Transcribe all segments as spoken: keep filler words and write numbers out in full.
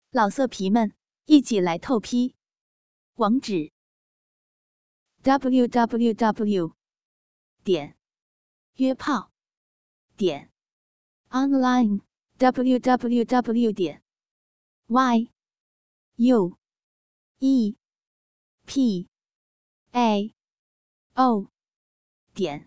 老色皮们，一起来透批！网址 ：double u double u double u 点约炮点 online double u double u double u 点 y u e p a o 点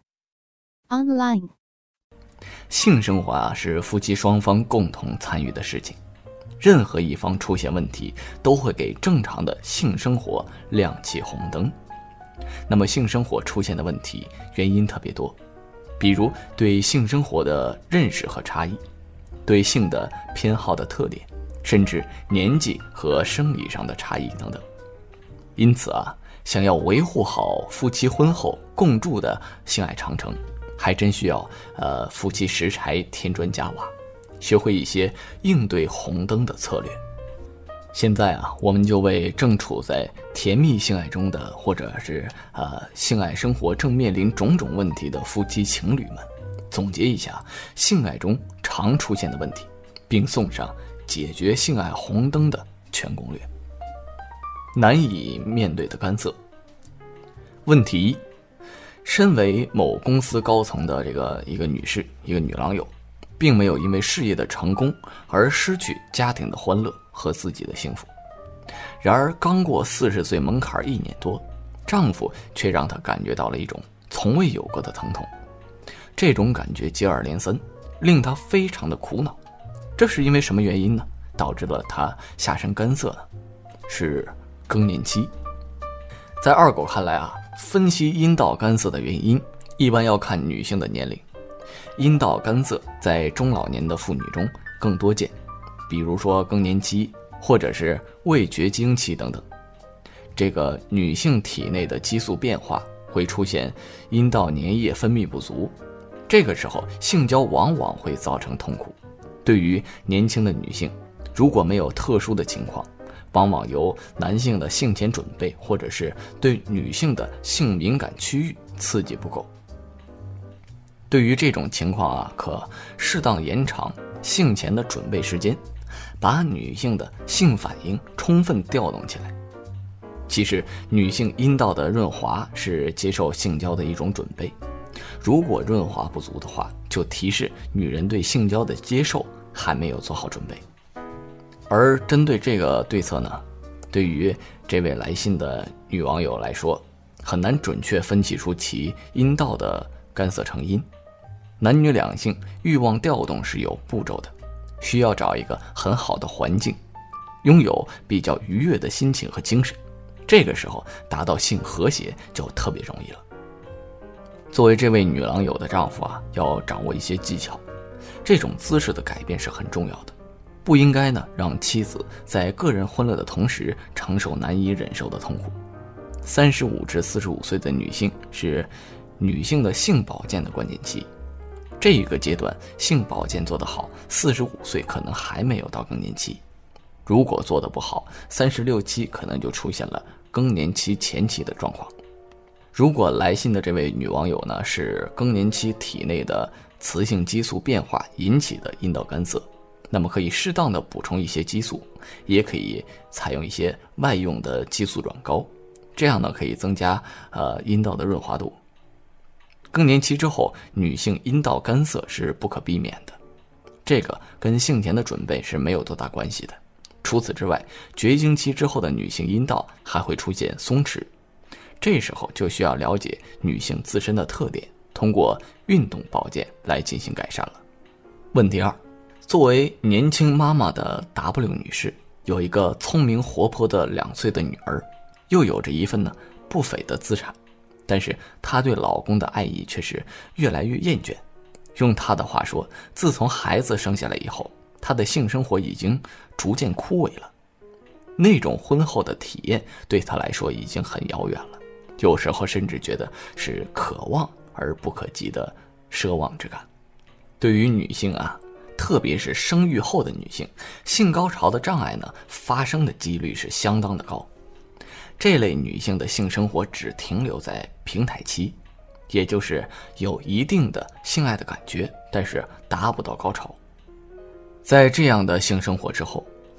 online。 性生活啊，是夫妻双方共同参与的事情。任何一方出现问题，都会给正常的性生活亮起红灯。那么性生活出现的问题原因特别多，比如对性生活的认识和差异，对性的偏好的特点，甚至年纪和生理上的差异等等。因此啊，想要维护好夫妻婚后共筑的性爱长城，还真需要呃夫妻拾柴添砖加瓦，学会一些应对红灯的策略。现在啊，我们就为正处在甜蜜性爱中的，或者是呃性爱生活正面临种种问题的夫妻情侣们，总结一下性爱中常出现的问题，并送上解决性爱红灯的全攻略。难以面对的干涩。问题一，身为某公司高层的这个一个女士，一个女郎友，并没有因为事业的成功而失去家庭的欢乐和自己的幸福。然而刚过四十岁门槛一年多，丈夫却让她感觉到了一种从未有过的疼痛。这种感觉接二连三，令她非常的苦恼。这是因为什么原因呢？导致了她下身干涩呢？是更年期。在二狗看来啊，分析阴道干涩的原因，一般要看女性的年龄。阴道干涩在中老年的妇女中更多见，比如说更年期或者是未绝经期等等。这个女性体内的激素变化会出现阴道粘液分泌不足，这个时候性交往往会造成痛苦。对于年轻的女性，如果没有特殊的情况，往往由男性的性前准备或者是对女性的性敏感区域刺激不够。对于这种情况啊，可适当延长性前的准备时间，把女性的性反应充分调动起来。其实女性阴道的润滑是接受性交的一种准备，如果润滑不足的话，就提示女人对性交的接受还没有做好准备。而针对这个对策呢，对于这位来信的女网友来说，很难准确分析出其阴道的干涩成因。男女两性欲望调动是有步骤的，需要找一个很好的环境，拥有比较愉悦的心情和精神，这个时候达到性和谐就特别容易了。作为这位女郎友的丈夫啊，要掌握一些技巧，这种姿势的改变是很重要的。不应该呢让妻子在个人欢乐的同时承受难以忍受的痛苦。三十五至四十五岁的女性是女性的性保健的关键期，这一个阶段性保健做得好，四十五岁可能还没有到更年期。如果做得不好，三十六期可能就出现了更年期前期的状况。如果来信的这位女网友呢是更年期体内的雌性激素变化引起的阴道干涩，那么可以适当的补充一些激素，也可以采用一些外用的激素软膏，这样呢可以增加呃阴道的润滑度。更年期之后，女性阴道干涩是不可避免的，这个跟性前的准备是没有多大关系的。除此之外，绝经期之后的女性阴道还会出现松弛，这时候就需要了解女性自身的特点，通过运动保健来进行改善了。问题二，作为年轻妈妈的 W 女士，有一个聪明活泼的两岁的女儿，又有着一份呢不菲的资产，但是她对老公的爱意却是越来越厌倦。用她的话说，自从孩子生下来以后，她的性生活已经逐渐枯萎了。那种婚后的体验对她来说已经很遥远了，有时候甚至觉得是可望而不可及的奢望之感。对于女性啊，特别是生育后的女性，性高潮的障碍呢发生的几率是相当的高。这类女性的性生活只停留在平台期，也就是有一定的性爱的感觉，但是达不到高潮。在这样的性生活之后，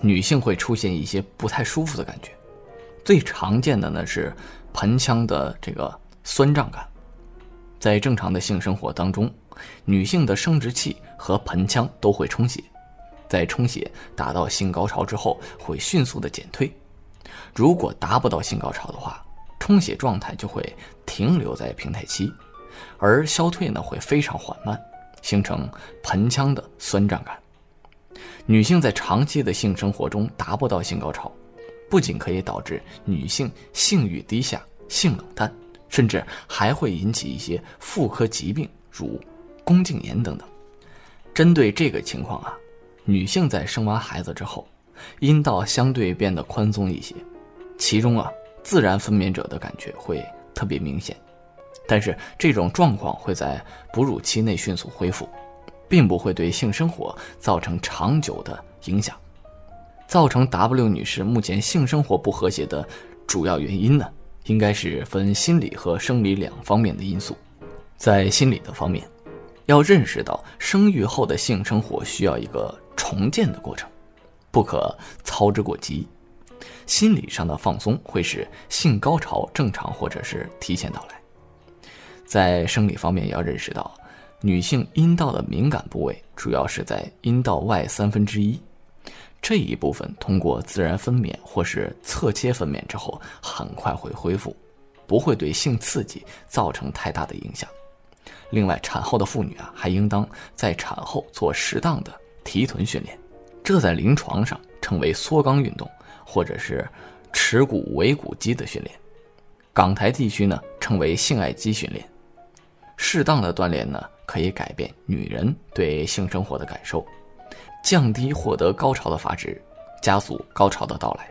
女性会出现一些不太舒服的感觉。最常见的呢是盆腔的这个酸胀感。在正常的性生活当中，女性的生殖器和盆腔都会充血，在充血达到性高潮之后会迅速的减退。如果达不到性高潮的话，充血状态就会停留在平台期，而消退呢会非常缓慢，形成盆腔的酸胀感。女性在长期的性生活中达不到性高潮，不仅可以导致女性性欲低下、性冷淡，甚至还会引起一些妇科疾病，如宫颈炎等等。针对这个情况啊，女性在生完孩子之后，阴道相对变得宽松一些，其中啊，自然分娩者的感觉会特别明显，但是这种状况会在哺乳期内迅速恢复，并不会对性生活造成长久的影响。造成 W 女士目前性生活不和谐的主要原因呢，应该是分心理和生理两方面的因素。在心理的方面，要认识到生育后的性生活需要一个重建的过程，不可操之过急。心理上的放松会使性高潮正常或者是提前到来。在生理方面，要认识到女性阴道的敏感部位主要是在阴道外三分之一，这一部分通过自然分娩或是侧切分娩之后很快会恢复，不会对性刺激造成太大的影响。另外，产后的妇女啊，还应当在产后做适当的提臀训练，这在临床上称为缩肛运动，或者是耻骨尾骨肌的训练。港台地区呢称为性爱肌训练。适当的锻炼呢，可以改变女人对性生活的感受，降低获得高潮的阀值，加速高潮的到来。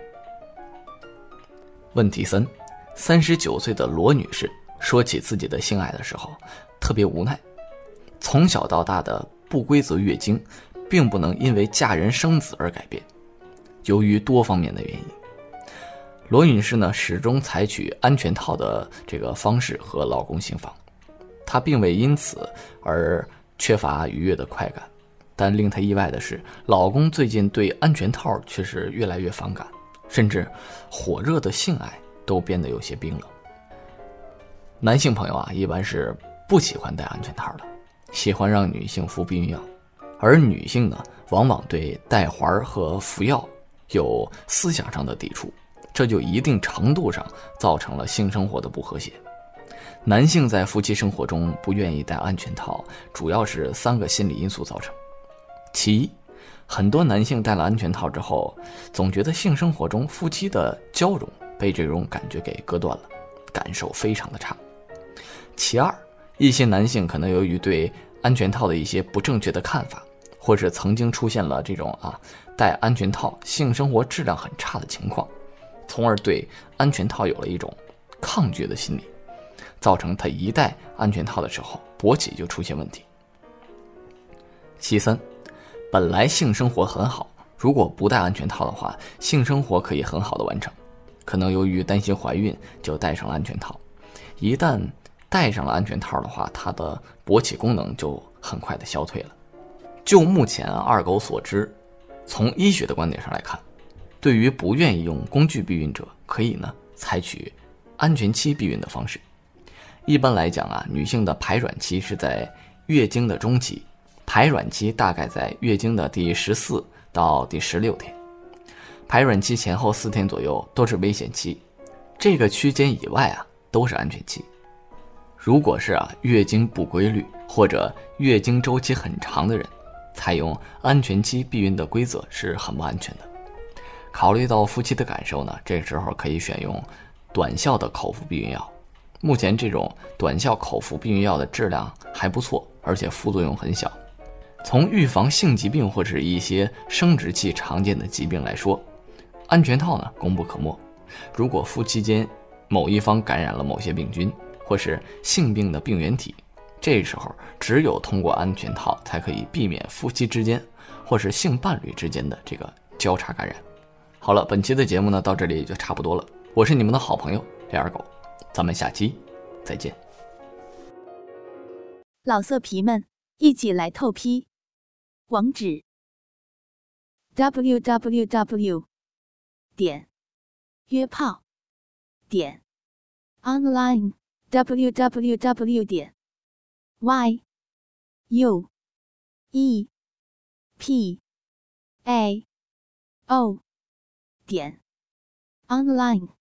问题三，三十九岁的罗女士说起自己的性爱的时候特别无奈，从小到大的不规则月经并不能因为嫁人生子而改变，由于多方面的原因，罗女士呢始终采取安全套的这个方式和老公行房，她并未因此而缺乏愉悦的快感，但令她意外的是，老公最近对安全套却是越来越反感，甚至火热的性爱都变得有些冰冷。男性朋友啊，一般是不喜欢戴安全套的，喜欢让女性服避孕药，而女性呢，往往对戴环和服药有思想上的抵触，这就一定程度上造成了性生活的不和谐。男性在夫妻生活中不愿意戴安全套，主要是三个心理因素造成。其一，很多男性戴了安全套之后，总觉得性生活中夫妻的交融被这种感觉给割断了，感受非常的差。其二，一些男性可能由于对安全套的一些不正确的看法，或是曾经出现了这种啊戴安全套性生活质量很差的情况，从而对安全套有了一种抗拒的心理，造成他一戴安全套的时候勃起就出现问题。其三，本来性生活很好，如果不戴安全套的话，性生活可以很好的完成，可能由于担心怀孕就戴上了安全套，一旦戴上了安全套的话，它的勃起功能就很快的消退了。就目前二狗所知，从医学的观点上来看，对于不愿意用工具避孕者，可以呢采取安全期避孕的方式。一般来讲啊，女性的排卵期是在月经的中期，排卵期大概在月经的第十四到第十六天，排卵期前后四天左右都是危险期，这个区间以外啊都是安全期。如果是啊月经不规律或者月经周期很长的人，采用安全期避孕的规则是很不安全的。考虑到夫妻的感受呢，这时候可以选用短效的口服避孕药。目前这种短效口服避孕药的质量还不错，而且副作用很小。从预防性疾病或者一些生殖器常见的疾病来说，安全套呢功不可没。如果夫妻间某一方感染了某些病菌或是性病的病原体，这时候只有通过安全套才可以避免夫妻之间或是性伴侣之间的这个交叉感染。好了，本期的节目呢到这里就差不多了，我是你们的好朋友李二狗，咱们下期再见。 老色皮们，一起来透批，网址 www 点约炮点 online www 点 y u e p a o 点 online。